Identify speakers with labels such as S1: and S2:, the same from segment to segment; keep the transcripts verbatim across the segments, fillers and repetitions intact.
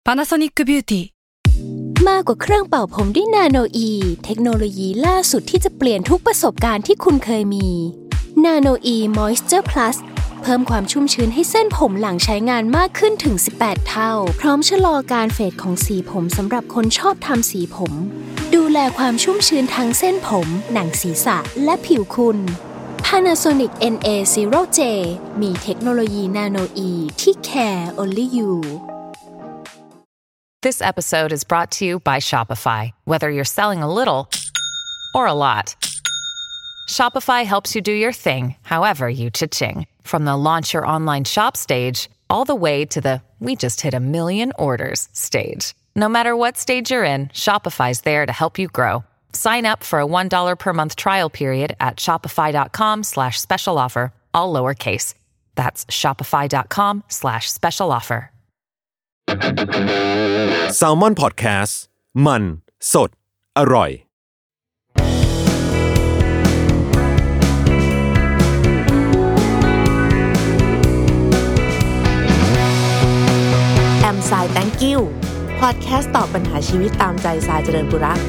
S1: Panasonic Beauty
S2: มากกว่าเครื่องเป่าผมด้วยนาโนอีเทคโนโลยีล่าสุดที่จะเปลี่ยนทุกประสบการณ์ที่คุณเคยมีนาโนอีมอยส์เจอร์พลัสเพิ่มความชุ่มชื้นให้เส้นผมหลังใช้งานมากขึ้นถึงสิบแปดเท่าพร้อมชะลอการเฟดของสีผมสำหรับคนชอบทำสีผมดูแลความชุ่มชื้นทั้งเส้นผมหนังศีรษะและผิวคุณ Panasonic เอ็น เอ ศูนย์ เจ มีเทคโนโลยีนาโนอีที่ care only you
S3: This episode is brought to you by Shopify. Whether you're selling a little or a lot, Shopify helps you do your thing, however you cha-ching. From the launch your online shop stage, all the way to the we just hit a million orders stage. No matter what stage you're in, Shopify's there to help you grow. Sign up for a one dollar per month trial period at shopify.com slash special offer, all lowercase. That's shopify.com slash special offer.
S4: Salmon Podcast มันสดอร่อย
S5: แอมสาย Thank you พอดแคสต์ตอบปัญหาชีวิตตามใจสายเจริญปุระ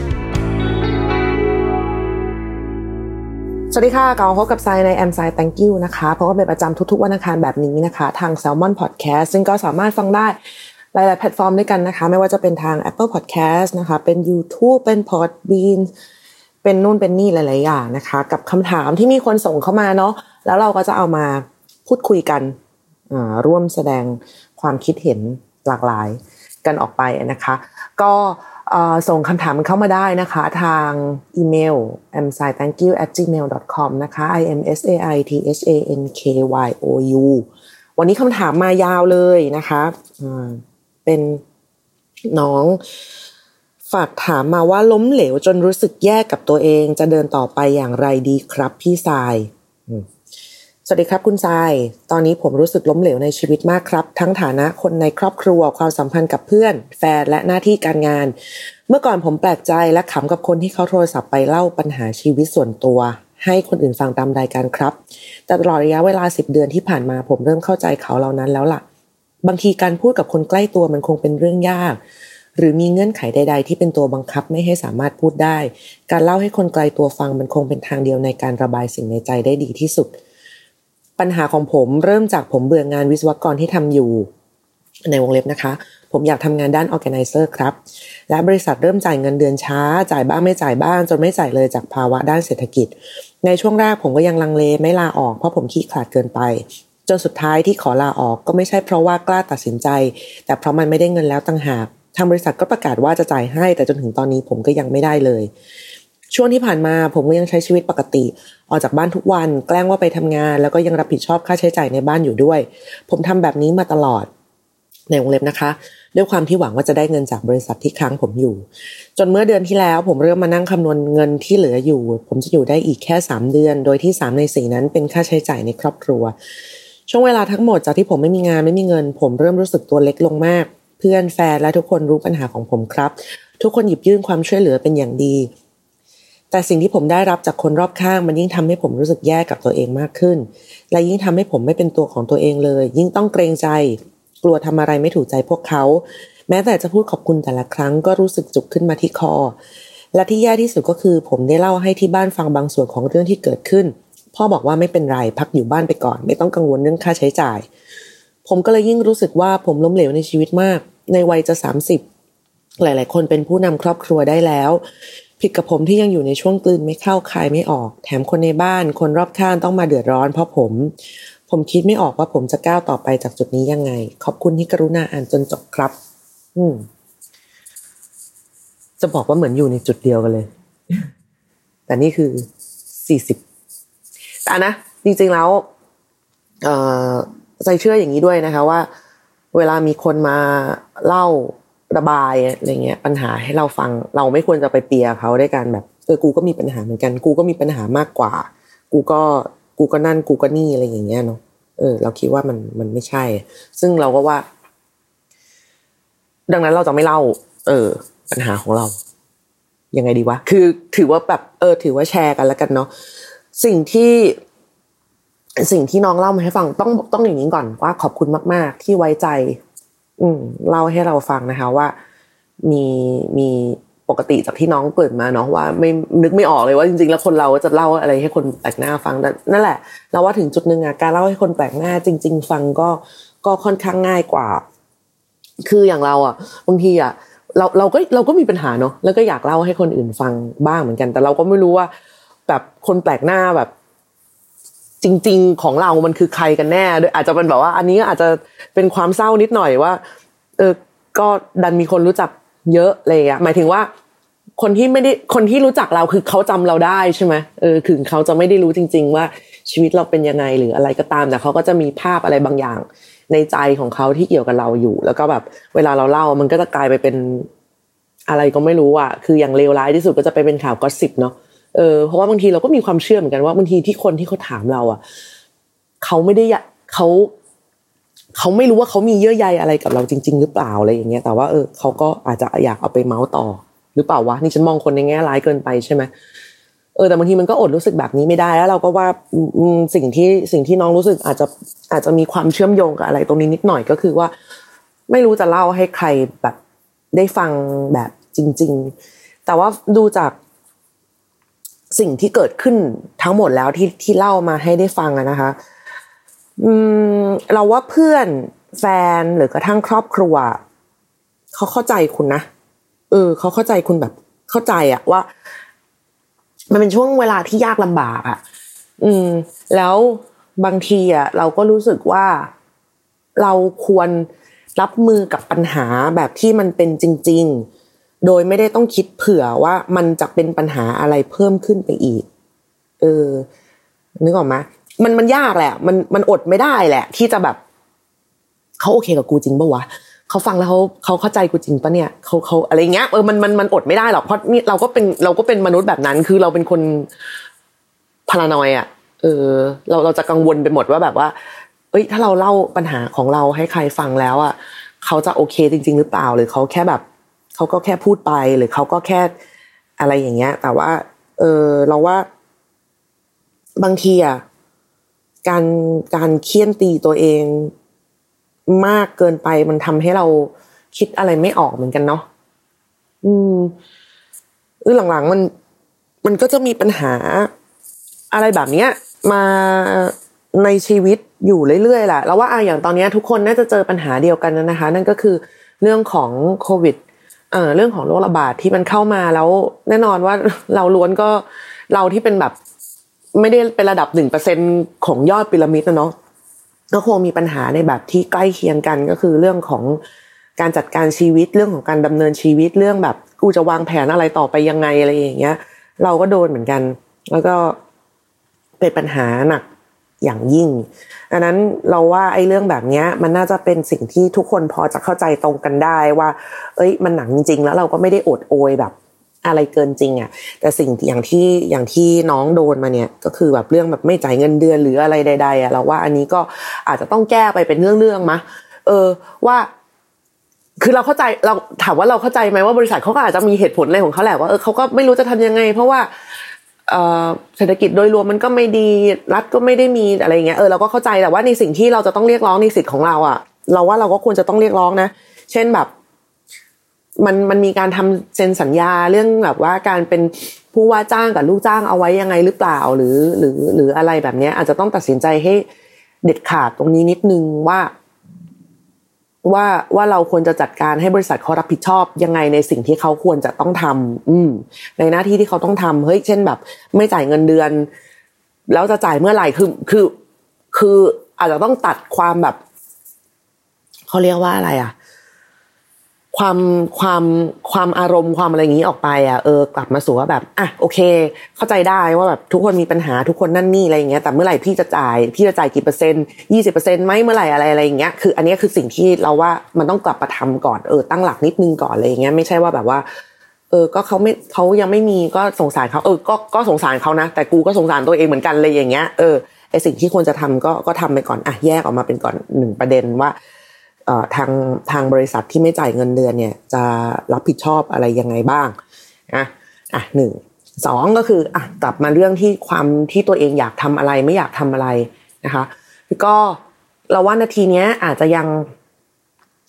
S5: สวัสดีค่ะกลับมาพบกับสายในแอมสาย Thank you นะคะเพราะว่าเป็นประจำทุกๆวันอังคารแบบนี้นะคะทาง Salmon Podcast ซึ่งก็สามารถฟังได้หลายๆแพลตฟอร์มด้วยกันนะคะไม่ว่าจะเป็นทาง Apple Podcast นะคะเป็น YouTube เป็น Podbean เป็นนู่นเป็นนี่หลายๆอย่างนะคะกับคำถามที่มีคนส่งเข้ามาเนาะแล้วเราก็จะเอามาพูดคุยกันอ่าร่วมแสดงความคิดเห็นหลากหลายกันออกไปนะคะก็เอ่อส่งคำถามเข้ามาได้นะคะทางอีเมล แอม ไซ แธงค์ ยู แอท จีเมล ดอท คอม นะคะ i m s a i t h a n k y o u วันนี้คำถามมายาวเลยนะคะอ่าเป็นน้องฝากถามมาว่าล้มเหลวจนรู้สึกแย่กับตัวเองจะเดินต่อไปอย่างไรดีครับพี่ทรายสวัสดีครับคุณทรายตอนนี้ผมรู้สึกล้มเหลวในชีวิตมากครับทั้งฐานะคนในครอบครัวความสัมพันธ์กับเพื่อนแฟนและหน้าที่การงานเมื่อก่อนผมแปลกใจและขำกับคนที่เขาโทรศัพท์ไปเล่าปัญหาชีวิตส่วนตัวให้คนอื่นฟังตามรายการครับแต่ตลอดระยะเวลาสิบเดือนที่ผ่านมาผมเริ่มเข้าใจเขาเหล่านั้นแล้วล่ะบางทีการพูดกับคนใกล้ตัวมันคงเป็นเรื่องยากหรือมีเงื่อนไขใดๆที่เป็นตัวบังคับไม่ให้สามารถพูดได้การเล่าให้คนไกลตัวฟังมันคงเป็นทางเดียวในการระบายสิ่งในใจได้ดีที่สุดปัญหาของผมเริ่มจากผมเบื่องานวิศวกรที่ทำอยู่ในวงเล็บนะคะผมอยากทำงานด้าน Organizer ครับและบริษัทเริ่มจ่ายเงินเดือนช้าจ่ายบ้างไม่จ่ายบ้างจนไม่จ่ายเลยจากภาวะด้านเศรษฐกิจในช่วงแรกผมก็ยังลังเลไม่ลาออกเพราะผมขี้ขลาดเกินไปจนสุดท้ายที่ขอลาออกก็ไม่ใช่เพราะว่ากล้าตัดสินใจแต่เพราะมันไม่ได้เงินแล้วต่างหากทางบริษัทก็ประกาศว่าจะจ่ายให้แต่จนถึงตอนนี้ผมก็ยังไม่ได้เลยช่วงที่ผ่านมาผมก็ยังใช้ชีวิตปกติออกจากบ้านทุกวันแกล้งว่าไปทำงานแล้วก็ยังรับผิดชอบค่าใช้จ่ายในบ้านอยู่ด้วยผมทำแบบนี้มาตลอดในวงเล็บนะคะด้วยความที่หวังว่าจะได้เงินจากบริษัทที่ค้างผมอยู่จนเมื่อเดือนที่แล้วผมเริ่มมานั่งคำนวณเงินที่เหลืออยู่ผมจะอยู่ได้อีกแค่สามเดือนโดยที่สามในสี่นั้นเป็นค่าใช้จ่ายในครอบครัวช่วงเวลาทั้งหมดจากที่ผมไม่มีงานไม่มีเงินผมเริ่มรู้สึกตัวเล็กลงมากเพื่อนแฟนและทุกคนรู้ปัญหาของผมครับทุกคนหยิบยื่นความช่วยเหลือเป็นอย่างดีแต่สิ่งที่ผมได้รับจากคนรอบข้างมันยิ่งทำให้ผมรู้สึกแย่กับตัวเองมากขึ้นและยิ่งทำให้ผมไม่เป็นตัวของตัวเองเลยยิ่งต้องเกรงใจกลัวทำอะไรไม่ถูกใจพวกเขาแม้แต่จะพูดขอบคุณแต่ละครั้งก็รู้สึกจุกขึ้นมาที่คอและที่แย่ที่สุดก็คือผมได้เล่าให้ที่บ้านฟังบางส่วนของเรื่องที่เกิดขึ้นพ่อบอกว่าไม่เป็นไรพักอยู่บ้านไปก่อนไม่ต้องกังวลเรื่องค่าใช้จ่ายผมก็เลยยิ่งรู้สึกว่าผมล้มเหลวในชีวิตมากในวัยจะสามสิบหลายๆคนเป็นผู้นำครอบครัวได้แล้วผิดกับผมที่ยังอยู่ในช่วงกลืนไม่เข้าคายไม่ออกแถมคนในบ้านคนรอบข้างต้องมาเดือดร้อนเพราะผมผมคิดไม่ออกว่าผมจะก้าวต่อไปจากจุดนี้ยังไงขอบคุณที่กรุณาอ่านจนจบครับอืมจะบอกว่าเหมือนอยู่ในจุดเดียวกันเลยแต่นี่คือสี่สิบแต่นะจริงๆแล้วเอ่อใจเชื่ออย่างนี้ด้วยนะคะว่าเวลามีคนมาเล่าระบายอะไรเงี้ยปัญหาให้เราฟังเราไม่ควรจะไปเปียเขาด้วยกันแบบเออกูก็มีปัญหาเหมือนกันกูก็มีปัญหามากกว่ากูก็กูก็นั่นกูก็นี่อะไรอย่างเงี้ยเนาะเออเราคิดว่ามันมันไม่ใช่ซึ่งเราก็ว่าดังนั้นเราจะไม่เล่าเออปัญหาของเรายังไงดีวะคือถือว่าแบบเออถือว่าแชร์กันแล้วกันเนาะสิ่งที่สิ่งที่น้องเล่ามาให้ฟังต้องต้องอย่างนี้ก่อนว่าขอบคุณมากๆที่ไว้ใจอืมเล่าให้เราฟังนะคะว่ามีมีปกติจากที่น้องเปิดมาเนาะว่าไม่นึกไม่ออกเลยว่าจริงๆแล้วคนเราจะเล่าอะไรให้คนแปลกหน้าฟังนั่นแหละเราว่าถึงจุดนึงอ่ะการเล่าให้คนแปลกหน้าจริงๆฟังก็ก็ค่อนข้างง่ายกว่าคืออย่างเราอ่ะบางทีอ่ะเราเราก็เราก็มีปัญหาเนาะแล้วก็อยากเล่าให้คนอื่นฟังบ้างเหมือนกันแต่เราก็ไม่รู้ว่าแบบคนแปลกหน้าแบบจริงๆของเรามันคือใครกันแน่ด้วยอาจจะเป็นแบบว่าอันนี้อาจจะเป็นความเศร้านิดหน่อยว่าเออก็ดันมีคนรู้จักเยอะเลยอ่ะหมายถึงว่าคนที่ไม่ได้คนที่รู้จักเราคือเขาจำเราได้ใช่ไหมเออถึงเขาจะไม่ได้รู้จริงๆว่าชีวิตเราเป็นยังไงหรืออะไรก็ตามแต่เขาก็จะมีภาพอะไรบางอย่างในใจของเขาที่เกี่ยวกับเราอยู่แล้วก็แบบเวลาเราเล่ามันก็จะกลายไปเป็นอะไรก็ไม่รู้อ่ะคืออย่างเลวร้ายที่สุดก็จะไปเป็นข่าวก็อสซิปเนาะเออเพราะว่าบางทีเราก็มีความเชื่อเหมือนกันว่าบางทีที่คนที่เขาถามเราอ่ะเขาไม่ได้เขาเขาไม่รู้ว่าเขามีเยื่อใยอะไรกับเราจริงๆหรือเปล่าอะไรอย่างเงี้ยแต่ว่าเออเขาก็อาจจะอยากเอาไปเมาส์ต่อหรือเปล่าวะนี่ฉันมองคนในแง่ร้ายเกินไปใช่ไหมเออแต่บางทีมันก็อดรู้สึกแบบนี้ไม่ได้แล้วเราก็ว่าสิ่งที่สิ่งที่น้องรู้สึกอาจจะอาจจะมีความเชื่อมโยงกับอะไรตรงนี้นิดหน่อยก็คือว่าไม่รู้จะเล่าให้ใครแบบได้ฟังแบบจริงๆแต่ว่าดูจากสิ่งที่เกิดขึ้นทั้งหมดแล้วที่ที่เล่ามาให้ได้ฟังอะนะคะอืมเราว่าเพื่อนแฟนหรือกระทั่งครอบครัวเขาเข้าใจคุณนะเออเขาเข้าใจคุณแบบเข้าใจอะว่ามันเป็นช่วงเวลาที่ยากลำบากอะอืมแล้วบางทีอะเราก็รู้สึกว่าเราควรรับมือกับปัญหาแบบที่มันเป็นจริงๆโดยไม่ได้ต้องคิดเผื่อว่ามันจะเป็นปัญหาอะไรเพิ่มขึ้นไปอีกเออนึกออกไหมมันมันยากแหละมันมันอดไม่ได้แหละที่จะแบบเขาโอเคกับกูจริงป่ะวะเขาฟังแล้วเขาเขาเข้าใจกูจริงป่ะเนี่ยเขาเขาอะไรเงี้ยเออมันมันมันอดไม่ได้หรอกเพราะนี่เราก็เป็นเราก็เป็นมนุษย์แบบนั้นคือเราเป็นคนพารานอยอ่ะเออเราเราจะกังวลไปหมดว่าแบบว่าเอ้ยถ้าเราเล่าปัญหาของเราให้ใครฟังแล้วอ่ะเขาจะโอเคจริงๆหรือเปล่าหรือเขาแค่แบบเขาก็แค่พูดไปหรือเขาก็แค่อะไรอย่างเงี้ยแต่ว่าเออเราว่าบางทีอ่ะการการเคี่ยนตีตัวเองมากเกินไปมันทำให้เราคิดอะไรไม่ออกเหมือนกันเนาะอืมเออหลังๆมันมันก็จะมีปัญหาอะไรแบบเนี้ยมาในชีวิตอยู่เรื่อยๆแหละแล้วว่าอ่ะอย่างตอนนี้ทุกคนน่าจะเจอปัญหาเดียวกันนะคะนั่นก็คือเรื่องของโควิดเอ่อเรื่องของโรคระบาดที่มันเข้ามาแล้วแน่นอนว่าเราล้วนก็เราที่เป็นแบบไม่ได้เป็นระดับ หนึ่งเปอร์เซ็นต์ ของยอดพีระมิดนะเนาะก็คงมีปัญหาในแบบที่ใกล้เคียงกันก็คือเรื่องของการจัดการชีวิตเรื่องของการดำเนินชีวิตเรื่องแบบกูจะวางแผนอะไรต่อไปยังไงอะไรอย่างเงี้ยเราก็โดนเหมือนกันแล้วก็เป็นปัญหาหนักอย่างยิ่งอันนั้นเราว่าไอ้เรื่องแบบเนี้ยมันน่าจะเป็นสิ่งที่ทุกคนพอจะเข้าใจตรงกันได้ว่าเอ้ยมันหนักจริงๆแล้วเราก็ไม่ได้อดโอยแบบอะไรเกินจริงอ่ะแต่สิ่งอย่างที่อย่างที่น้องโดนมาเนี่ยก็คือแบบเรื่องแบบไม่จ่ายเงินเดือนหรืออะไรใดๆอ่ะเราว่าอันนี้ก็อาจจะต้องแก้ไปเป็นเรื่องๆมะเออว่าคือเราเข้าใจเราถามว่าเราเข้าใจไหมว่าบริษัทเขาก็อาจจะมีเหตุผลอะไรของเขาแหละว่าเออเขาก็ไม่รู้จะทำยังไงเพราะว่าเอ่อเศรษฐกิจโดยรวมมันก็ไม่ดีรัฐก็ไม่ได้มีอะไรอย่างเงี้ยเออเราก็เข้าใจแต่ว่าในสิ่งที่เราจะต้องเรียกร้องในสิทธิ์ของเราอ่ะเราว่าเราก็ควรจะต้องเรียกร้องนะเช่นแบบมันมันมีการทำเซ็นสัญญาเรื่องแบบว่าการเป็นผู้ว่าจ้างกับลูกจ้างเอาไว้ยังไงหรือเปล่าหรือหรือหรืออะไรแบบนี้อาจจะต้องตัดสินใจให้เด็ดขาดตรงนี้นิดนึงว่าว่าว่าเราควรจะจัดการให้บริษัทเขารับผิดชอบยังไงในสิ่งที่เขาควรจะต้องทำอืมในหน้าที่ที่เขาต้องทำเฮ้ยเช่นแบบไม่จ่ายเงินเดือนแล้วจะจ่ายเมื่อไหร่คือคือคืออาจจะต้องตัดความแบบเขาเรียกว่าอะไรอ่ะความความความอารมณ์ความอะไรอย่างนี้ออกไปอ่ะเออกลับมาสู่ว่าแบบอ่ะโอเคเข้าใจได้ว่าแบบทุกคนมีปัญหาทุกคนนั่นนี่อะไรอย่างเงี้ยแต่เมื่อไหร่พี่จะจ่ายพี่จะจ่ายกี่เปอร์เซ็นต์ ยี่สิบเปอร์เซ็นต์ มั้ยเมื่อไหร่อะไรอะไรอย่างเงี้ยคืออันนี้คือสิ่งที่เราว่ามันต้องกลับมาทำก่อนเออตั้งหลักนิดนึงก่อนอะไรอย่างเงี้ยไม่ใช่ว่าแบบว่าเออก็เขาไม่เขายังไม่มีก็สงสารเขาเออก็ก็สงสารเขานะแต่กูก็สงสารตัวเองเหมือนกันเลยอย่างเงี้ยเออไอสิ่งที่ควรจะทำก็ก็ทำไปก่อนอ่ะแยกออกมาเป็นก่อนหนึ่งประเด็นว่าเอ่อทางทางบริษัทที่ไม่จ่ายเงินเดือนเนี่ยจะรับผิดชอบอะไรยังไงบ้างอ่ะอ่ะหนึ่ง สองก็คืออ่ะกลับมาเรื่องที่ความที่ตัวเองอยากทำอะไรไม่อยากทำอะไรนะคะก็เราว่านาทีเนี้ยอาจจะยัง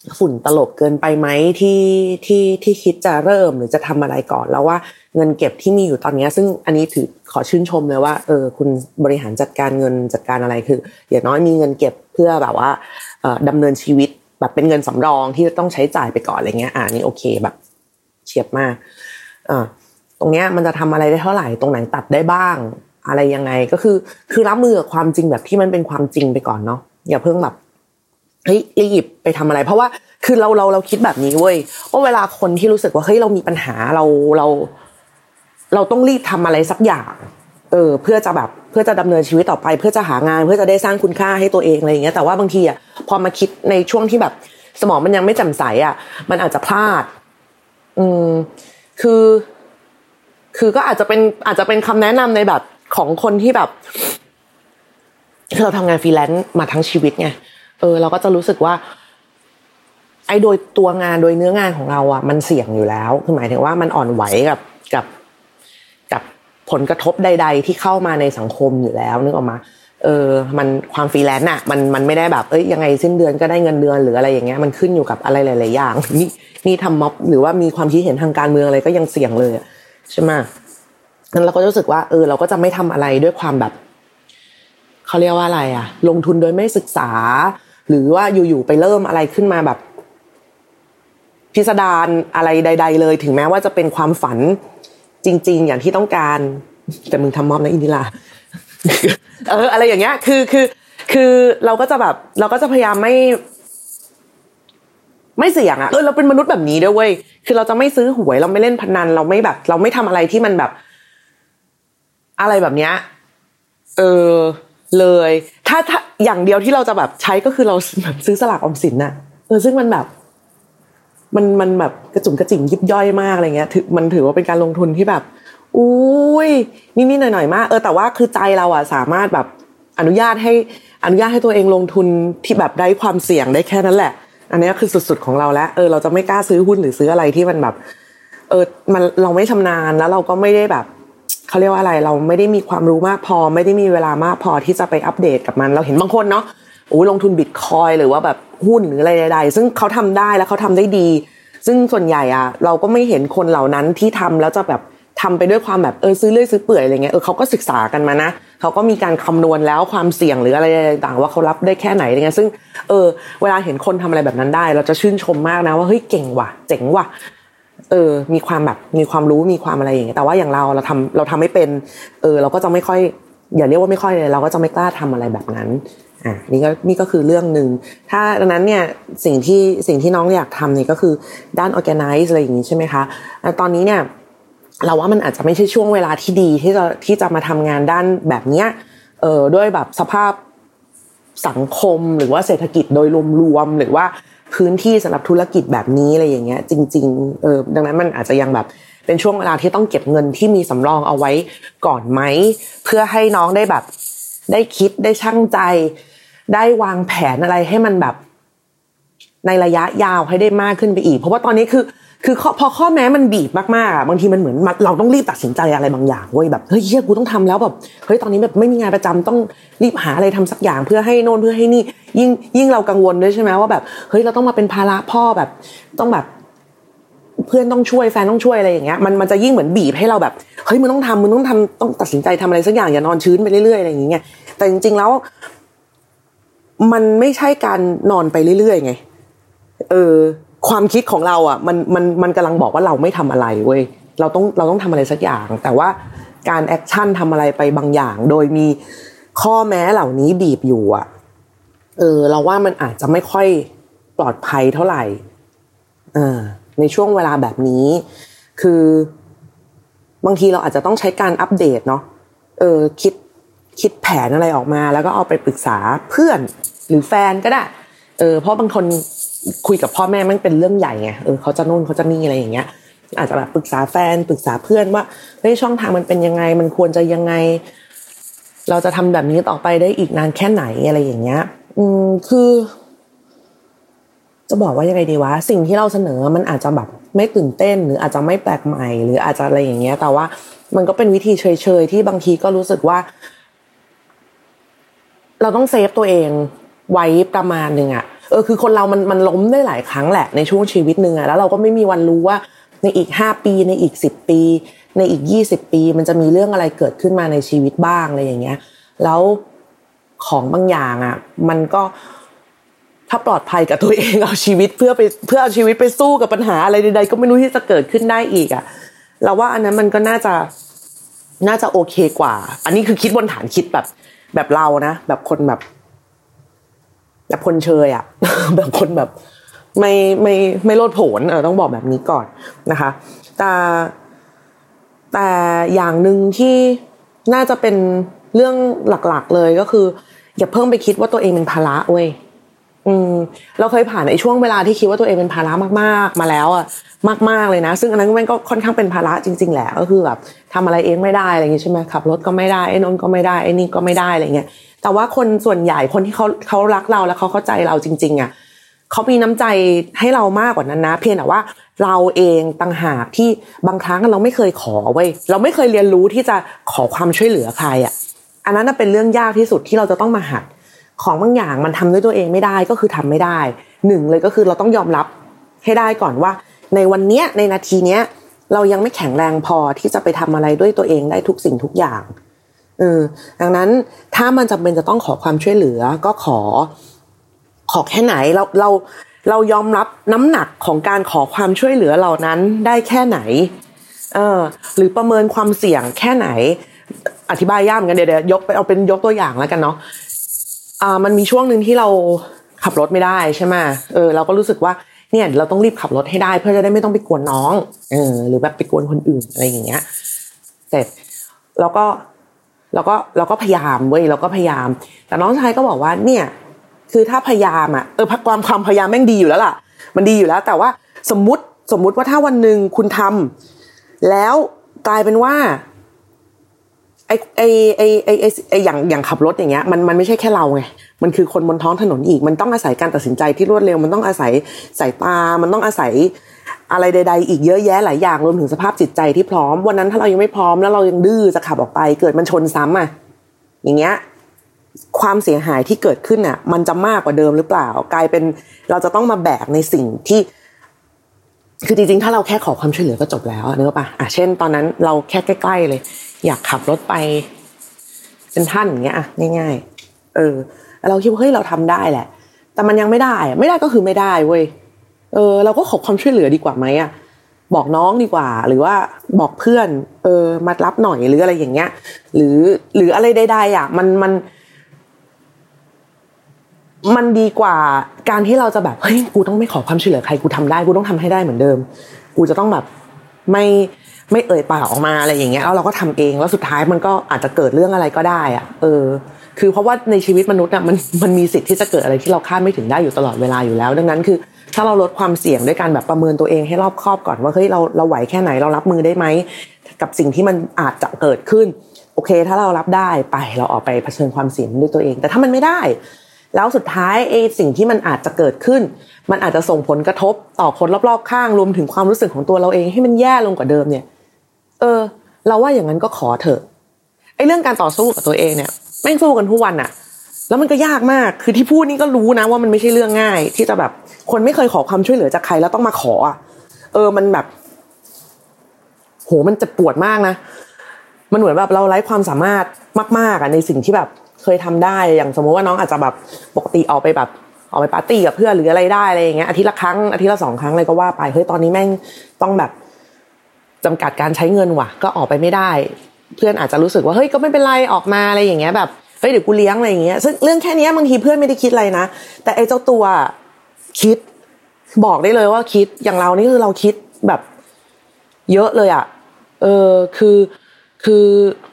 S5: ฝุ่นตลบเกินไปไหมที่ที่ที่คิดจะเริ่มหรือจะทำอะไรก่อนแล้วว่าเงินเก็บที่มีอยู่ตอนนี้ซึ่งอันนี้ถือขอชื่นชมเลยว่าเออคุณบริหารจัดการเงินจัดการอะไรคืออย่างน้อยมีเงินเก็บเพื่อแบบว่าเอ่อดำเนินชีวิตแบบเป็นเงินสำรองที่ต้องใช้จ่ายไปก่อนอะไรเงี้ยอ่านี่โอเคแบบเฉียบมากอ่าตรงเนี้ยมันจะทำอะไรได้เท่าไหร่ตรงไหนตัดได้บ้างอะไรยังไงก็คือคือรับมือกับความจริงแบบที่มันเป็นความจริงไปก่อนเนาะอย่าเพิ่งแบบเฮ้ยรีบไปทำอะไรเพราะว่าคือเราเราเราคิดแบบนี้เว้ยว่าเวลาคนที่รู้สึกว่าเฮ้ยเรามีปัญหาเราเราเราต้องรีบทำอะไรสักอย่างเออเพื่อจะแบบเพื่อจะดำเนินชีวิตต่อไปเพื่อจะหางานเพื่อจะได้สร้างคุณค่าให้ตัวเองอะไรอย่างเงี้ยแต่ว่าบางทีอ่ะพอมาคิดในช่วงที่แบบสมองมันยังไม่แจ่มใสอ่ะมันอาจจะพลาดอืมคือคือก็อาจจะเป็นอาจจะเป็นคำแนะนำในแบบของคนที่แบบคือเราทำงานฟรีแลนซ์มาทั้งชีวิตไงเออเราก็จะรู้สึกว่าไอ้โดยตัวงานโดยเนื้องานของเราอ่ะมันเสี่ยงอยู่แล้วคือหมายถึงว่ามันอ่อนไหวกับกับกับผลกระทบใดๆที่เข้ามาในสังคมอยู่แล้วนึกออกมาเออมันความฟรีแลนซ์น่ะมันมันไม่ได้แบบเอ้ยยังไงสิ้นเดือนก็ได้เงินเดือนหรืออะไรอย่างเงี้ยมันขึ้นอยู่กับอะไรหลายๆอย่างนี่นี่ทำม็อบหรือว่ามีความคิดเห็นทางการเมืองอะไรก็ยังเสี่ยงเลยใช่ไหมงั้นเราก็รู้สึกว่าเออเราก็จะไม่ทำอะไรด้วยความแบบเขาเรียกว่าอะไรอ่ะลงทุนโดยไม่ศึกษาหรือว่าอยู่ๆไปเริ่มอะไรขึ้นมาแบบพิสดารอะไรใดๆเลยถึงแม้ว่าจะเป็นความฝันจริงๆอย่างที่ต้องการแต่มึงทำม็อบนะอินทิราเอออะไรอย่างเงี้ยคือคือคือเราก็จะแบบเราก็จะพยายามไม่ไม่เสี่ยงอ่ะเออเราเป็นมนุษย์แบบนี้ด้วยเว้ยคือเราจะไม่ซื้อหวยเราไม่เล่นพนันเราไม่แบบเราไม่ทำอะไรที่มันแบบอะไรแบบเนี้ยเออเลยถ้าถ้าอย่างเดียวที่เราจะแบบใช้ก็คือเราแบบซื้อสลากออมสินน่ะเออซึ่งมันแบบมันมันแบบกระจุ่มกระจิ๋มยิบย่อยมากอะไรเงี้ยถือมันถือว่าเป็นการลงทุนที่แบบอุ้ยนิดๆหน่อยๆมากเออแต่ว่าคือใจเราอ่ะสามารถแบบอนุญาตให้อนุญาตให้ตัวเองลงทุนที่แบบได้ความเสี่ยงได้แค่นั้นแหละอันนี้คือสุดๆของเราแล้วเออเราจะไม่กล้าซื้อหุ้นหรือซื้ออะไรที่มันแบบเออมันเราไม่ชำนาญแล้วเราก็ไม่ได้แบบเขาเรียกว่าอะไรเราไม่ได้มีความรู้มากพอไม่ได้มีเวลามากพอที่จะไปอัปเดตกับมันเราเห็นบางคนเนาะโอ้ลงทุนบิตคอยน์หรือว่าแบบหุ้นหรืออะไรใดๆซึ่งเขาทำได้แล้วเขาทำได้ดีซึ่งส่วนใหญ่อะเราก็ไม่เห็นคนเหล่านั้นที่ทำแล้วจะแบบทำไปด้วยความแบบเออซื้อเรื่อยซื้อเปื่อยอะไรเงี้ยเออเขาก็ศึกษากันมานะเขาก็มีการคำนวณแล้วความเสี่ยงหรืออะไรต่างๆว่าเขารับได้แค่ไหนอะไรเงี้ยซึ่งเออเวลาเห็นคนทำอะไรแบบนั้นได้เราจะชื่นชมมากนะว่าเฮ้ยเก่งว่ะเจ๋งว่ะเออมีความแบบมีความรู้มีความอะไรอย่างเงี้ยแต่ว่าอย่างเราเราทำเราทำไม่เป็นเออเราก็จะไม่ค่อยอย่าเรียกว่าไม่ค่อยเลยเราก็จะไม่กล้าทำอะไรแบบนั้นอ่ะนี่ก็นี่ก็คือเรื่องนึงถ้าดังนั้นเนี่ยสิ่งที่สิ่งที่น้องอยากทำนี่ก็คือด้าน organize อะไรอย่างงี้ใช่ไหมคะตอนนี้เนี่ยเราว่ามันอาจจะไม่ใช่ช่วงเวลาที่ดีที่จะที่จะมาทำงานด้านแบบเนี้ยเออด้วยแบบสภาพสังคมหรือว่าเศรษฐกิจโดยรวมๆหรือว่าพื้นที่สำหรับธุรกิจแบบนี้อะไรอย่างเงี้ยจริงๆเออดังนั้นมันอาจจะยังแบบเป็นช่วงเวลาที่ต้องเก็บเงินที่มีสำรองเอาไว้ก่อนไหมเพื่อให้น้องได้แบบได้คิดได้ชั่งใจได้วางแผนอะไรให้มันแบบในระยะยาวให้ได้มากขึ้นไปอีกเพราะว่าตอนนี้คือคือพอข้อแม้มันบีบมากๆอ่ะบางทีมันเหมือนเราต้องรีบตัดสินใจอะไรบางอย่างเว้ยแบบเฮ้ยเหี้ยกูต้องทำแล้วแบบเฮ้ยตอนนี้แบบไม่มีงานประจำต้องรีบหาอะไรทำสักอย่างเพื่อให้โน่นเพื่อให้นี่ยิ่งยิ่งเรากังวลด้วยใช่ไหมว่าแบบเฮ้ยเราต้องมาเป็นภาระพ่อแบบต้องแบบเพื่อนต้องช่วยแฟนต้องช่วยอะไรอย่างเงี้ยมันมันจะยิ่งเหมือนบีบให้เราแบบเฮ้ยมึงต้องทำมึงต้องทำต้องตัดสินใจทำอะไรสักอย่างอย่านอนชื้นไปเรื่อยๆอะไรอย่างเงี้ยแต่จริงๆแล้วมันไม่ใช่การนอนไปเรื่อยๆไงเออความคิดของเราอ่ะมันมันมันกำลังบอกว่าเราไม่ทำอะไรเว้ยเราต้องเราต้องทำอะไรสักอย่างแต่ว่าการแอคชั่นทำอะไรไปบางอย่างโดยมีข้อแม้เหล่านี้บีบอยู่อ่ะเออเราว่ามันอาจจะไม่ค่อยปลอดภัยเท่าไหร่เออในช่วงเวลาแบบนี้คือบางทีเราอาจจะต้องใช้การอัปเดตเนาะเออคิดคิดแผนอะไรออกมาแล้วก็เอาไปปรึกษาเพื่อนหรือแฟนก็ได้เออเพราะบางคนคุยกับพ่อแม่มันเป็นเรื่องใหญ่ไงเออเขาจะนู่นเขาจะนี่อะไรอย่างเงี้ยอาจจะแบบปรึกษาแฟนปรึกษาเพื่อนว่าเฮ้ยช่องทางมันเป็นยังไงมันควรจะยังไงเราจะทำแบบนี้ต่อไปได้อีกนานแค่ไหนอะไรอย่างเงี้ยอืมคือจะบอกว่ายังไงดีวะสิ่งที่เราเสนอมันอาจจะแบบไม่ตื่นเต้นหรืออาจจะไม่แปลกใหม่หรืออาจจะอะไรอย่างเงี้ยแต่ว่ามันก็เป็นวิธีเฉยๆที่บางทีก็รู้สึกว่าเราต้องเซฟตัวเองไว้ประมาณนึงอ่ะเเออคือคนเรามันมันล้มได้หลายครั้งแหละในช่วงชีวิตนึงอ่ะแล้วเราก็ไม่มีวันรู้ว่าในอีกห้าปีในอีกสิบปีในอีกยี่สิบปีมันจะมีเรื่องอะไรเกิดขึ้นมาในชีวิตบ้างอะไรอย่างเงี้ยแล้วของบางอย่างอ่ะมันก็ถ้าปลอดภัยกับตัวเองเอาชีวิตเพื่อไปเพื่อเอาชีวิตไปสู้กับปัญหาอะไรใดๆก็ไม่รู้ที่จะเกิดขึ้นได้อีกอ่ะเราว่าอันนั้นมันก็น่าจะน่าจะโอเคกว่าอันนี้คือคิดบนฐานคิดแบบแบบเรานะแบบคนแบบแบบคนเชยอ่ะ แบบคนแบบไม่ไม่ไม่โลดโผนเออต้องบอกแบบนี้ก่อนนะคะแต่แต่อย่างนึงที่น่าจะเป็นเรื่องหลักๆเลยก็คืออย่าเพิ่งไปคิดว่าตัวเองเป็นภาระเว้ยอืมเราเคยผ่านในช่วงเวลาที่คิดว่าตัวเองเป็นภาระมากๆมาแล้วอ่ะมากๆเลยนะซึ่งอันนั้นมันก็ค่อนข้างเป็นภาระจริงๆแหละก็คือแบบทำอะไรเองไม่ได้อะไรอย่างงี้ใช่ไหมขับรถก็ไม่ได้ไอ้นนก็ไม่ได้ไอ้นี่ก็ไม่ได้อะไรเงี้ยแต่ว่าคนส่วนใหญ่คนที่เขาเขารักเราแล้วเขาเข้าใจเราจริงๆอ่ะเขามีน้ำใจให้เรามากกว่านั้นนะเพียงแต่ว่าเราเองต่างหากที่บางครั้งเราไม่เคยขอเว้ยเราไม่เคยเรียนรู้ที่จะขอความช่วยเหลือใครอ่ะอันนั้นเป็นเรื่องยากที่สุดที่เราจะต้องมาหัดของบางอย่างมันทำด้วยตัวเองไม่ได้ก็คือทำไม่ได้หนึ่งเลยก็คือเราต้องยอมรับให้ได้ก่อนว่าในวันเนี้ยในนาทีเนี้ยเรายังไม่แข็งแรงพอที่จะไปทำอะไรด้วยตัวเองได้ทุกสิ่งทุกอย่างเออดังนั้นถ้ามันจำเป็นจะต้องขอความช่วยเหลือก็ขอขอแค่ไหนเราเราเรายอมรับน้ำหนักของการขอความช่วยเหลือเหล่านั้นได้แค่ไหนเออหรือประเมินความเสี่ยงแค่ไหนอธิบายยากเหมือนกันเดี๋ยวยกไปเอาเป็นยกตัวอย่างแล้วกันเนาะอ่ามันมีช่วงนึงที่เราขับรถไม่ได้ใช่ไหมเออเราก็รู้สึกว่าเนี่ยเราต้องรีบขับรถให้ได้เพื่อจะได้ไม่ต้องไปกวนน้องเออหรือแบบไปกวนคนอื่นอะไรอย่างเงี้ยเสร็จแล้วก็เราก็เราก็พยายามเว้ยเราก็พยายามแต่น้องชายก็บอกว่าเนี่ยคือถ้าพยายามอ่ะเออความความพยายามแม่งดีอยู่แล้วล่ะมันดีอยู่แล้วแต่ว่าสมมุติสมมุติว่าถ้าวันนึงคุณทำแล้วกลายเป็นว่าไอ้ไอ้ไอ้ไอ้ไอ้อย่างอย่างขับรถอย่างเงี้ยมันมันไม่ใช่แค่เราไงมันคือคนบนท้องถนนอีกมันต้องอาศัยการตัดสินใจที่รวดเร็วมันต้องอาศัยสายตามันต้องอาศัยอะไรใดๆอีกเยอะแยะหลายอย่างรวมถึงสภาพจิตใจที่พร้อมวันนั้นถ้าเรายังไม่พร้อมแล้วเรายังดื้อจะขับออกไปเกิดมันชนซ้ำอ่ะอย่างเงี้ยความเสียหายที่เกิดขึ้นอ่ะมันจะมากกว่าเดิมหรือเปล่ากลายเป็นเราจะต้องมาแบกในสิ่งที่คือจริงๆถ้าเราแค่ขอความช่วยเหลือก็จบแล้วนึกว่าป่ะอ่ะเช่นตอนนั้นเราแค่ใกล้ๆเลยอยากขับรถไปเป็นท่านอย่างเงี้ยอ่ะง่ายๆเออเราคิดว่าเฮ้ยเราทำได้แหละแต่มันยังไม่ได้ไม่ได้ก็คือไม่ได้เว้ยเออเราก็ขอความช่วยเหลือดีกว่าไหมอ่ะบอกน้องดีกว่าหรือว่าบอกเพื่อนเออมารับหน่อยหรืออะไรอย่างเงี้ยหรือหรืออะไรใดๆอ่ะมันมันมันดีกว่าการที่เราจะแบบเฮ้ยกูต้องไม่ขอความช่วยเหลือใครกูทำได้กูต้องทำให้ได้เหมือนเดิมกูจะต้องแบบไม่ไม่เอ่ยปากออกมาอะไรอย่างเงี้ยแล้วเราก็ทำเองแล้วสุดท้ายมันก็อาจจะเกิดเรื่องอะไรก็ได้อ่ะเออคือเพราะว่าในชีวิตมนุษย์อ่ะมันมันมีสิทธิ์ที่จะเกิดอะไรที่เราคาดไม่ถึงได้อยู่ตลอดเวลาอยู่แล้วดังนั้นคือถ้าเราลดความเสี่ยงด้วยการแบบประเมินตัวเองให้รอบคอบก่อนว่าเฮ้ยเราเราไหวแค่ไหนเรารับมือได้ไหมกับสิ่งที่มันอาจจะเกิดขึ้นโอเคถ้าเรารับได้ไปเราออกไปเผชิญความเสี่ยงด้วยตัวเองแต่ถ้ามันไม่ได้แล้วสุดท้ายไอ้สิ่งที่มันอาจจะเกิดขึ้นมันอาจจะส่งผลกระทบต่อคนรอบๆข้างรวมถึงความรู้สึกของตัวเราเองให้มันแย่ลงกว่าเดิมเนี่ยเออเราว่าอย่างนั้นก็ขอเถอะไอ้เรื่องการต่อสู้กับตัวเองเนี่ยแม่งสู้กันทุกวันอะแล้วมันก็ยากมากคือที่พูดนี่ก็รู้นะว่ามันไม่ใช่เรื่องง่ายที่จะแบบคนไม่เคยขอความช่วยเหลือจากใครแล้วต้องมาขออะเออมันแบบโหมันจะปวดมากนะมันเหมือนแบบเราไร้ความสามารถมากๆอะในสิ่งที่แบบเคยทำได้อย่างสมมติว่าน้องอาจจะแบบปกติออกไปแบบออกไปปาร์ตี้กับเพื่อนหรืออะไรได้อะไรอย่างเงี้ยอาทิตย์ละครั้งอาทิตย์ละสองครั้งอะไรก็ว่าไปเฮ้ยตอนนี้แม่งต้องแบบจำกัดการใช้เงินว่ะก็ออกไปไม่ได้เพื่อนอาจจะรู้สึกว่าเฮ้ยก็ไม่เป็นไรออกมาอะไรอย่างเงี้ยแบบเฮ้ยเดี๋ยวกูเลี้ยงอะไรอย่างเงี้ยซึ่งเรื่องแค่นี้บางทีเพื่อนไม่ได้คิดอะไรนะแต่ไอ้เจ้าตัวคิดบอกได้เลยว่าคิดอย่างเรานี่คือเราคิดแบบเยอะเลยอ่ะเออคือคือ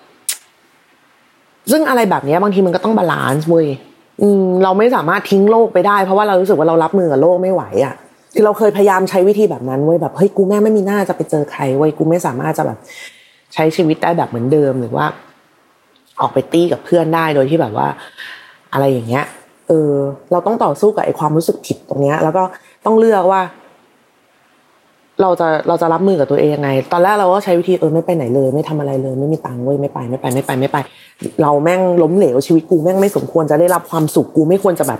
S5: ซึ่งอะไรแบบนี้บางทีมันก็ต้องบาลานซ์เว้ยอืมเราไม่สามารถทิ้งโลกไปได้เพราะว่าเรารู้สึกว่าเรารับมือกับโลกไม่ไหวอ่ะคือเราเคยพยายามใช้วิธีแบบนั้นเว้ยแบบเฮ้ยกูแม่ไม่มีหน้าจะไปเจอใครเว้ยกูไม่สามารถจะแบบใช้ชีวิตได้แบบเหมือนเดิมหรือว่าออกไปตี้กับเพื่อนได้โดยที่แบบว่าอะไรอย่างเงี้ยเออเราต้องต่อสู้กับไอ้ความรู้สึกผิดตรงเนี้ยแล้วก็ต้องเลือกว่าเราจะเราจะรับมือกับตัวเองยังไงตอนแรกเราก็ใช้วิธีเออไม่ไปไหนเลยไม่ทำอะไรเลยไม่มีตังค์เว้ยไม่ไปไม่ไปไม่ไปไม่ไปเราแม่งล้มเหลวชีวิตกูแม่งไม่สมควรจะได้รับความสุขกูไม่ควรจะแบบ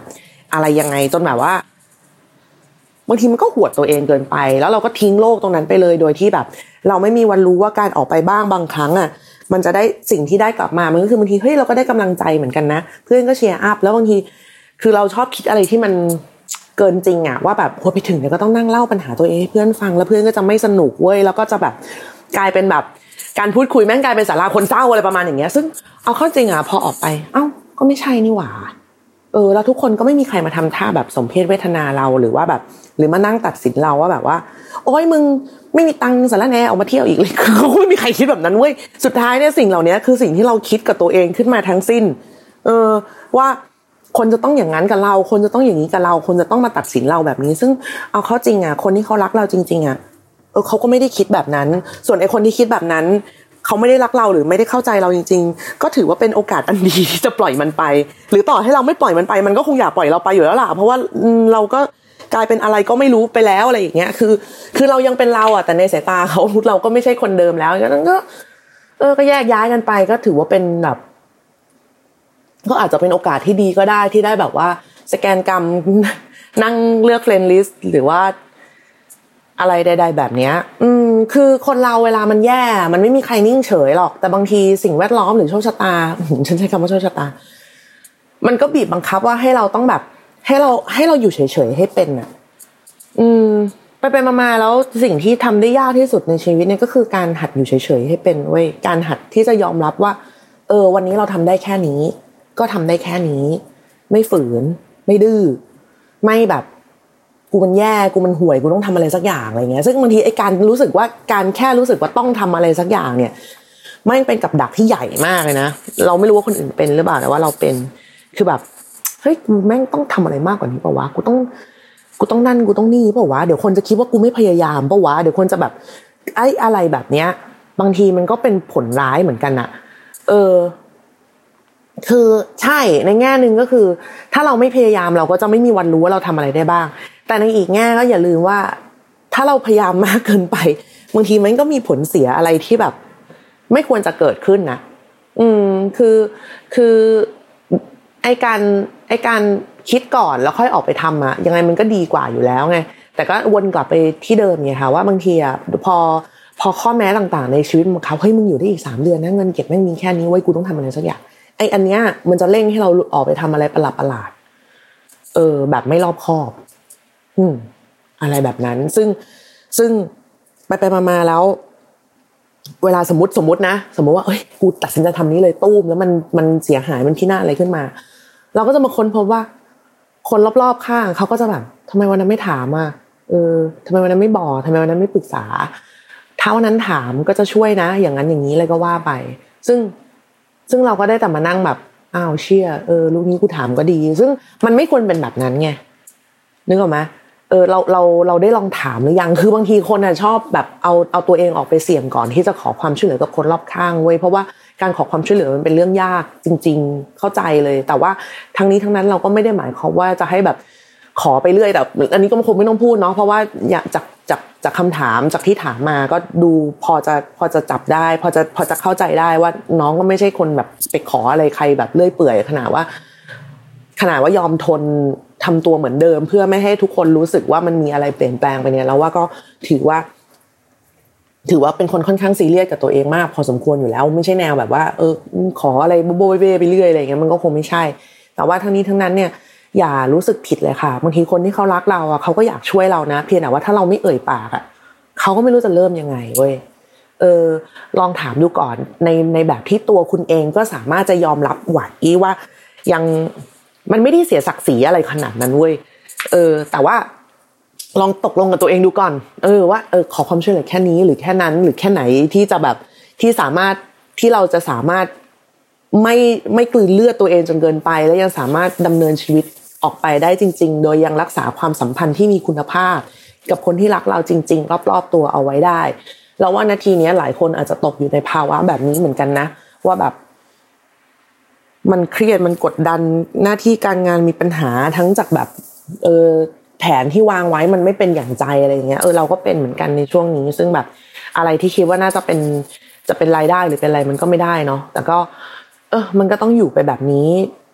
S5: อะไรยังไงจนแบบว่าบางทีมันก็หวดตัวเองเกินไปแล้วเราก็ทิ้งโลกตรงนั้นไปเลยโดยที่แบบเราไม่มีวันรู้ว่าการออกไปบ้างบางครั้งอ่ะมันจะได้สิ่งที่ได้กลับมามันก็คือบางทีเฮ้ยเราก็ได้กำลังใจเหมือนกันนะเพื่อนก็เชียร์อัพแล้วบางทีคือเราชอบคิดอะไรที่มันเกินจริงอ่ะว่าแบบพอไปถึงเนี่ยก็ต้องนั่งเล่าปัญหาตัวเองให้เพื่อนฟังแล้วเพื่อนก็จะไม่สนุกเว้ยแล้วก็จะแบบกลายเป็นแบบการพูดคุยแม่งกลายเป็นสาระคนเศร้าอะไรประมาณอย่างเงี้ยซึ่งเอาเข้าจริงอ่ะพอออกไปเอ้าก็ไม่ใช่นี่หว่าเออแล้วทุกคนก็ไม่มีใครมาทำท่าแบบสมเพชเวทนาเราหรือว่าแบบหรือมานั่งตัดสินเราว่าแบบว่าโอ๊ยมึงไม่มีตังค์สารแหน่ออกมาเที่ยวอีกเลยคือไม่มีใครคิดแบบนั้นเว้ยสุดท้ายเนี่ยสิ่งเหล่านี้คือสิ่งที่เราคิดกับตัวเองขึ้นมาทั้งสิ้นเออว่าคนจะต้องอย่างนั้นกับเราคนจะต้องอย่างนี้กับเราคนจะต้องมาตัดสินเราแบบนี้ซึ่งเอาเข้าจริงอ่ะคนที่เขารักเราจริงๆอ่ะเออเขาก็ไม่ได้คิดแบบนั้นส่วนไอ้คนที่คิดแบบนั้นเขาไม่ได้รักเราหรือไม่ได้เข้าใจเราจริงๆก็ถือว่าเป็นโอกาสอันดีที่จะปล่อยมันไปหรือต่อให้เราไม่ปล่อยมันไปมันก็คงอยากปล่อยเราไปอยู่แล้วล่ะเพราะว่าเราก็กลายเป็นอะไรก็ไม่รู้ไปแล้วอะไรอย่างเงี้ยคือคือเรายังเป็นเราอ่ะแต่ในสายตาเขาเราก็ไม่ใช่คนเดิมแล้วงั้นก็เออก็แยกย้ายกันไปก็ถือว่าเป็นแบบก็อาจจะเป็นโอกาสที่ดีก็ได้ที่ได้แบบว่าสแกนกรรมนั่งเลือกเฟรนด์ลิสต์หรือว่าอะไรใดๆแบบเนี้ยอืมคือคนเราเวลามันแย่มันไม่มีใครนิ่งเฉยหรอกแต่บางทีสิ่งแวดล้อมหรือโชคชะตาฉันใช้คำว่าโชคชะตามันก็บีบบังคับว่าให้เราต้องแบบให้เราให้เราอยู่เฉยๆให้เป็นน่ะอืมไปไปมาๆแล้วสิ่งที่ทำได้ยากที่สุดในชีวิตเนี่ยก็คือการหัดอยู่เฉยๆให้เป็นเว้ยการหัดที่จะยอมรับว่าเออวันนี้เราทำได้แค่นี้ก็ทำได้แค่นี้ไม่ฝืนไม่ดื้อไม่แบบกูมันแย่กูมันห่วยกูต้องทำอะไรสักอย่างอะไรเงี้ยซึ่งบางทีไอ้การรู้สึกว่าการแค่รู้สึกว่าต้องทำอะไรสักอย่างเนี่ยไม่เป็นกับดักที่ใหญ่มากเลยนะเราไม่รู้ว่าคนอื่นเป็นหรือเปล่าแต่ว่าเราเป็นคือแบบเฮ้ยกูแม่งต้องทำอะไรมากกว่านี้ป่าววะกูต้องกูต้องนั่นกูต้องนี่ป่าววะเดี๋ยวคนจะคิดว่ากูไม่พยายามป่าววะเดี๋ยวคนจะแบบไอ้อะไรแบบเนี้ยบางทีมันก็เป็นผลร้ายเหมือนกันอะเออคือใช่ในแง่นึงก็คือถ้าเราไม่พยายามเราก็จะไม่มีวันรู้ว่าเราทำอะไรได้บ้างแต่ในอีกแง่ก็อย่าลืมว่าถ้าเราพยายามมากเกินไปบางทีมันก็มีผลเสียอะไรที่แบบไม่ควรจะเกิดขึ้นนะอืมคือคือไอ้การไอ้การคิดก่อนแล้วค่อยออกไปทำอะยังไงมันก็ดีกว่าอยู่แล้วไงแต่ก็วนกลับไปที่เดิมไงค่ะว่าบางทีอะพอพอข้อแม้ต่างๆในชีวิตมันเขาเฮ้ยมึงอยู่ได้อีกสามเดือนนะเงินเก็บแม่งมีแค่นี้ไว้กูต้องทำอะไรสักอย่างไอ้อันเนี้ยมันจะเร่งให้เราออกไปทำอะไรประหลาดๆเออแบบไม่รอบคอบอืมอะไรแบบนั้นซึ่งซึ่งไปไปมาๆแล้วเวลาสมมติสมมตินะสมมติว่าเอ้ยกูตัดสินใจทำนี้เลยตู้มแล้วมันมันเสียหายมันพินาศอะไรขึ้นมาเราก็จะมาค้นพบว่าคนรอบๆข้างเขาก็จะแบบทำไมวันนั้นไม่ถามอ่ะเออทำไมวันนั้นไม่บอกทำไมวันนั้นไม่ปรึกษาถ้าวันนั้นถามก็จะช่วยนะอย่างนั้นอย่างนี้เลยก็ว่าไปซึ่งซึ่งเราก็ได้แต่มานั่งแบบอ้าวเชี่ยเออลูกนี้กูถามก็ดีซึ่งมันไม่ควรเป็นแบบนั้นไงนึกออกไหมเออเราเราเราได้ลองถามหรือยังคือบางทีคนน่ะชอบแบบเอาเอาตัวเองออกไปเสี่ยงก่อนที่จะขอความช่วยเหลือกับคนรอบข้างเว้ยเพราะว่าการขอความช่วยเหลือมันเป็นเรื่องยากจริงๆเข้าใจเลยแต่ว่าทั้งนี้ทั้งนั้นเราก็ไม่ได้หมายความว่าจะให้แบบขอไปเรื่อยแต่อันนี้ก็คงไม่ต้องพูดเนาะเพราะว่าจากจากจากคำถามจากที่ถามมาก็ดูพอจะพอจะจับได้พอจะพอจะเข้าใจได้ว่าน้องก็ไม่ใช่คนแบบไปขออะไรใครแบบเลื่อยเปื่อยขนาดว่าขนาดว่ายอมทนทำตัวเหมือนเดิมเพื่อไม่ให้ทุกคนรู้สึกว่ามันมีอะไรเปลี่ยนแปลงไปเนี่ยแล้วว่าก็ถือว่าถือว่าเป็นคนค่อนข้างซีเรียสกับตัวเองมากพอสมควรอยู่แล้วไม่ใช่แนวแบบว่าเออขออะไรโบโบเบ้ไปเรื่อยอะไรอย่างเงี้ยมันก็คงไม่ใช่แต่ว่าทั้งนี้ทั้งนั้นเนี่ยอย่ารู้สึกผิดเลยค่ะบางทีคนที่เขารักเราอ่ะเขาก็อยากช่วยเรานะเพียงแต่ว่าถ้าเราไม่เอ่ยปากอ่ะเขาก็ไม่รู้จะเริ่มยังไงเว้ยเออลองถามดูก่อนในในแบบที่ตัวคุณเองก็สามารถจะยอมรับไหวว่ายังมันไม่ได้เสียศักดิ์ศรีอะไรขนาดนั้นเว้ยเออแต่ว่าลองตกลงกับตัวเองดูก่อนเออว่าเออขอความช่วยเหลือแค่นี้หรือแค่นั้นหรือแค่ไหนที่จะแบบที่สามารถที่เราจะสามารถไม่ไม่กลืนเลือดตัวเองจนเกินไปและยังสามารถดำเนินชีวิตออกไปได้จริงๆโดยยังรักษาความสัมพันธ์ที่มีคุณภาพกับคนที่รักเราจริงๆรอบๆตัวเอาไว้ได้แล้วว่านาทีนี้หลายคนอาจจะตกอยู่ในภาวะแบบนี้เหมือนกันนะว่าแบบมันเครียดมันกดดันหน้าที่การงานมีปัญหาทั้งจากแบบเออแผนที่วางไว้มันไม่เป็นอย่างใจอะไรอย่างเงี้ยเออเราก็เป็นเหมือนกันในช่วงนี้ซึ่งแบบอะไรที่คิดว่าน่าจะเป็นจะเป็นรายได้หรือเป็นอะไรมันก็ไม่ได้เนาะแต่ก็เออมันก็ต้องอยู่ไปแบบนี้ไป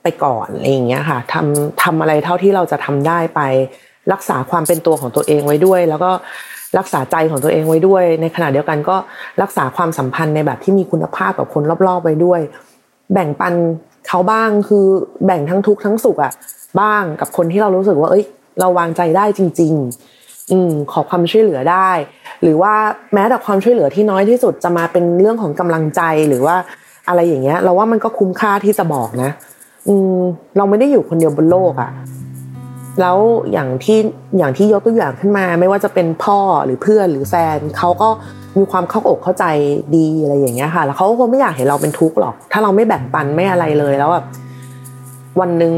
S5: ไปก่อนอะไรอย่างเงี้ยค่ะทำทำอะไรเท่าที่เราจะทำได้ไปรักษาความเป็นตัวของตัวเองไว้ด้วยแล้วก็รักษาใจของตัวเองไว้ด้วยในขณะเดียวกันก็รักษาความสัมพันธ์ในแบบที่มีคุณภาพกับคนรอบๆไว้ด้วยแบ่งปันเขาบ้างคือแบ่งทั้งทุกข์ทั้งสุขอ่ะบ้างกับคนที่เรารู้สึกว่าเอ้ยเราวางใจได้จริงๆอืมขอความช่วยเหลือได้หรือว่าแม้แต่ความช่วยเหลือที่น้อยที่สุดจะมาเป็นเรื่องของกำลังใจหรือว่าอะไรอย่างเงี้ยเราว่ามันก็คุ้มค่าที่จะบอกนะอืมเราไม่ได้อยู่คนเดียวบนโลกอ่ะแล้วอย่างที่อย่างที่ยกตัวอย่างขึ้นมาไม่ว่าจะเป็นพ่อหรือเพื่อนหรือแฟนเขาก็มีความเข้าอกเข้าใจดีอะไรอย่างเงี้ยค่ะแล้วเขาก็ไม่อยากเห็นเราเป็นทุกข์หรอกถ้าเราไม่แบ่งปันไม่อะไรเลยแล้วแบบวันนึง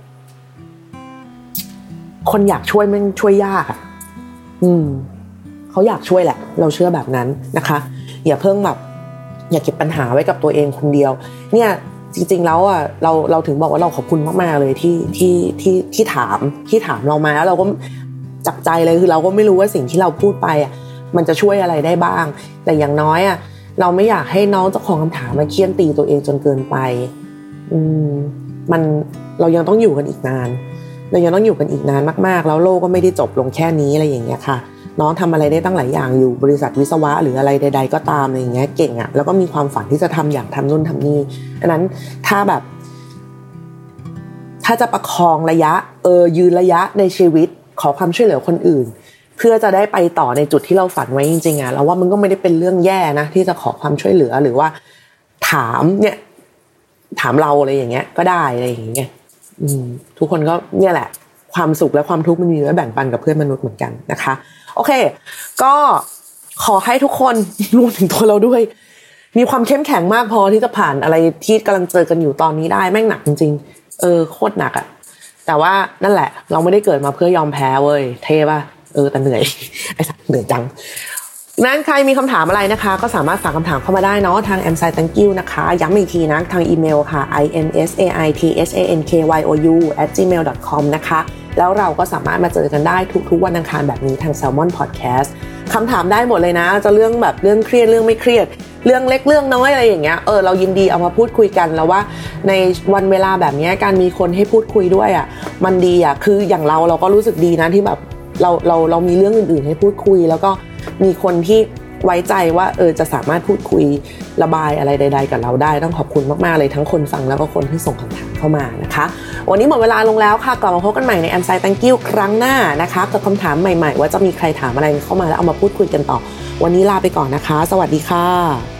S5: คนอยากช่วยมันช่วยยากอ่ะอืมเขาอยากช่วยแหละเราเชื่อแบบนั้นนะคะอย่าเพิ่งแบบอย่าเก็บปัญหาไว้กับตัวเองคนเดียวเนี่ยจริงๆแล้วอ่ะเราเราถึงบอกว่าเราขอบคุณมากๆเลยที่ที่ที่ที่ถามที่ถามเรามาแล้วเราก็จับใจเลยคือเราก็ไม่รู้ว่าสิ่งที่เราพูดไปอ่ะมันจะช่วยอะไรได้บ้างแต่อย่างน้อยอ่ะเราไม่อยากให้น้องเจ้าของคำถามมาเคี่ยนตีตัวเองจนเกินไปอืมมันเรายังต้องอยู่กันอีกนานเรายังต้องอยู่กันอีกนานมากๆแล้วโลกก็ไม่ได้จบลงแค่นี้อะไรอย่างเงี้ยค่ะน้องทำอะไรได้ตั้งหลายอย่างอยู่บริษัทวิศวะหรืออะไรใดๆก็ตามอะไรอย่างเงี้ยเก่งอ่ะแล้วก็มีความฝันที่จะทำอย่างทำนู่นทำนี่อันนั้นถ้าแบบถ้าจะประคองระยะเออยืนระยะในชีวิตขอความช่วยเหลือคนอื่นเพื่อจะได้ไปต่อในจุดที่เราฝันไว้จริงๆอ่ะแล้วว่ามันก็ไม่ได้เป็นเรื่องแย่นะที่จะขอความช่วยเหลือหรือว่าถามเนี่ยถามเราอะไรอย่างเงี้ยก็ได้อะไรอย่างเงี้ยอืมทุกคนก็เนี่ยแหละความสุขและความทุกข์มันมีไว้แบ่งปันกับเพื่อนมนุษย์เหมือนกันนะคะโอเคก็ขอให้ทุกคนรวมถึงตัวเราด้วยมีความเข้มแข็งมากพอที่จะผ่านอะไรที่กำลังเจอกันอยู่ตอนนี้ได้แม่งหนักจริงๆเออโคตรหนักอะแต่ว่านั่นแหละเราไม่ได้เกิดมาเพื่อยอมแพ้เว้ยเท่ป่ะเออแต่เหนื่อยไอ้สัสเหนื่อยจังนั้นใครมีคำถามอะไรนะคะก็สามารถฝากคำถามเข้ามาได้เนาะทาง แอม ไซ Thank you นะคะย้ำอีกทีนะทางอีเมลค่ะ i m s a i t h a n k y o u at gmail dot com นะคะแล้วเราก็สามารถมาเจอกันได้ทุกๆวันอังคารแบบนี้ทาง Salmon Podcast คำถามได้หมดเลยนะจะเรื่องแบบเรื่องเครียดเรื่องไม่เครียดเรื่องเล็กเรื่องน้อยอะไรอย่างเงี้ยเออเรายินดีเอามาพูดคุยกันแล้วว่าในวันเวลาแบบนี้การมีคนให้พูดคุยด้วยอ่ะมันดีอ่ะคืออย่างเราเราก็รู้สึกดีนะที่แบบเราเราเรามีเรื่องอื่นๆให้พูดคุยแล้วก็มีคนที่ไว้ใจว่าเออจะสามารถพูดคุยระบายอะไรใดๆกับเราได้ต้องขอบคุณมากๆเลยทั้งคนฟังแล้วก็คนที่ส่งคำถามเข้ามานะคะวันนี้หมดเวลาลงแล้วค่ะกลับมาพบกันใหม่ใน แอม ไซ Thank you ครั้งหน้านะคะกับคำถามใหม่ๆว่าจะมีใครถามอะไรเข้ามาแล้วเอามาพูดคุยกันต่อวันนี้ลาไปก่อนนะคะสวัสดีค่ะ